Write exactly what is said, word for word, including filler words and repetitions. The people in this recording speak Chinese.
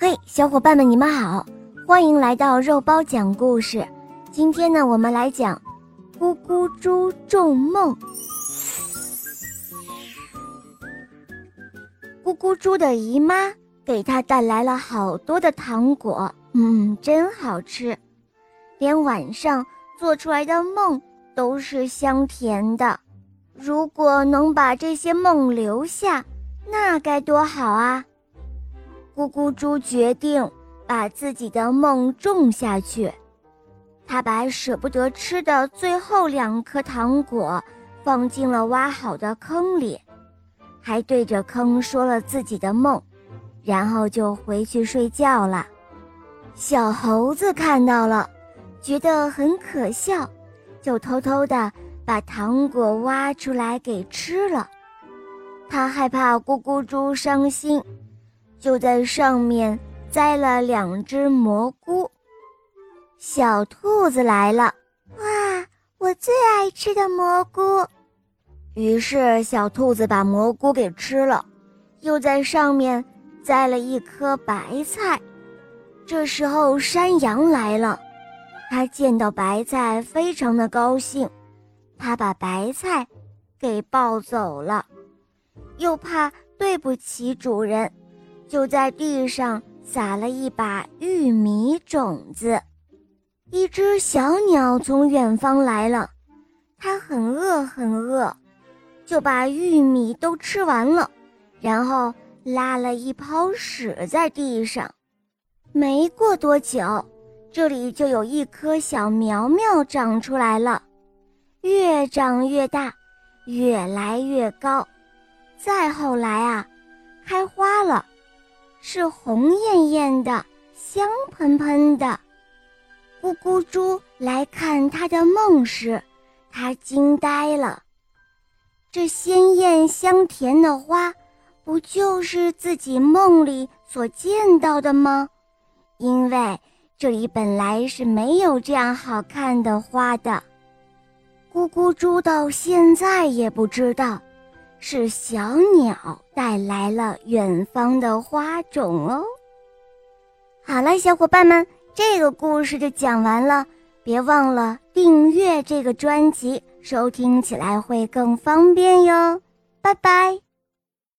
嘿，小伙伴们，你们好，欢迎来到肉包讲故事。今天呢，我们来讲咕咕猪种梦。咕咕猪的姨妈给她带来了好多的糖果，嗯，真好吃，连晚上做出来的梦都是香甜的。如果能把这些梦留下，那该多好啊！咕咕猪决定把自己的梦种下去。他把舍不得吃的最后两颗糖果放进了挖好的坑里，还对着坑说了自己的梦，然后就回去睡觉了。小猴子看到了，觉得很可笑，就偷偷地把糖果挖出来给吃了。他害怕咕咕猪伤心，就在上面栽了两只蘑菇。小兔子来了，哇，我最爱吃的蘑菇。于是小兔子把蘑菇给吃了，又在上面栽了一颗白菜。这时候山羊来了，他见到白菜非常的高兴，他把白菜给抱走了，又怕对不起主人，就在地上撒了一把玉米种子。一只小鸟从远方来了，它很饿很饿，就把玉米都吃完了，然后拉了一泡屎在地上。没过多久，这里就有一棵小苗苗长出来了，越长越大，越来越高。再后来啊，开花了，是红艳艳的，香喷喷的。咕咕猪来看他的梦时，他惊呆了。这鲜艳香甜的花，不就是自己梦里所见到的吗？因为这里本来是没有这样好看的花的。咕咕猪到现在也不知道，是小鸟带来了远方的花种哦。好了，小伙伴们，这个故事就讲完了，别忘了订阅这个专辑，收听起来会更方便哟。拜拜。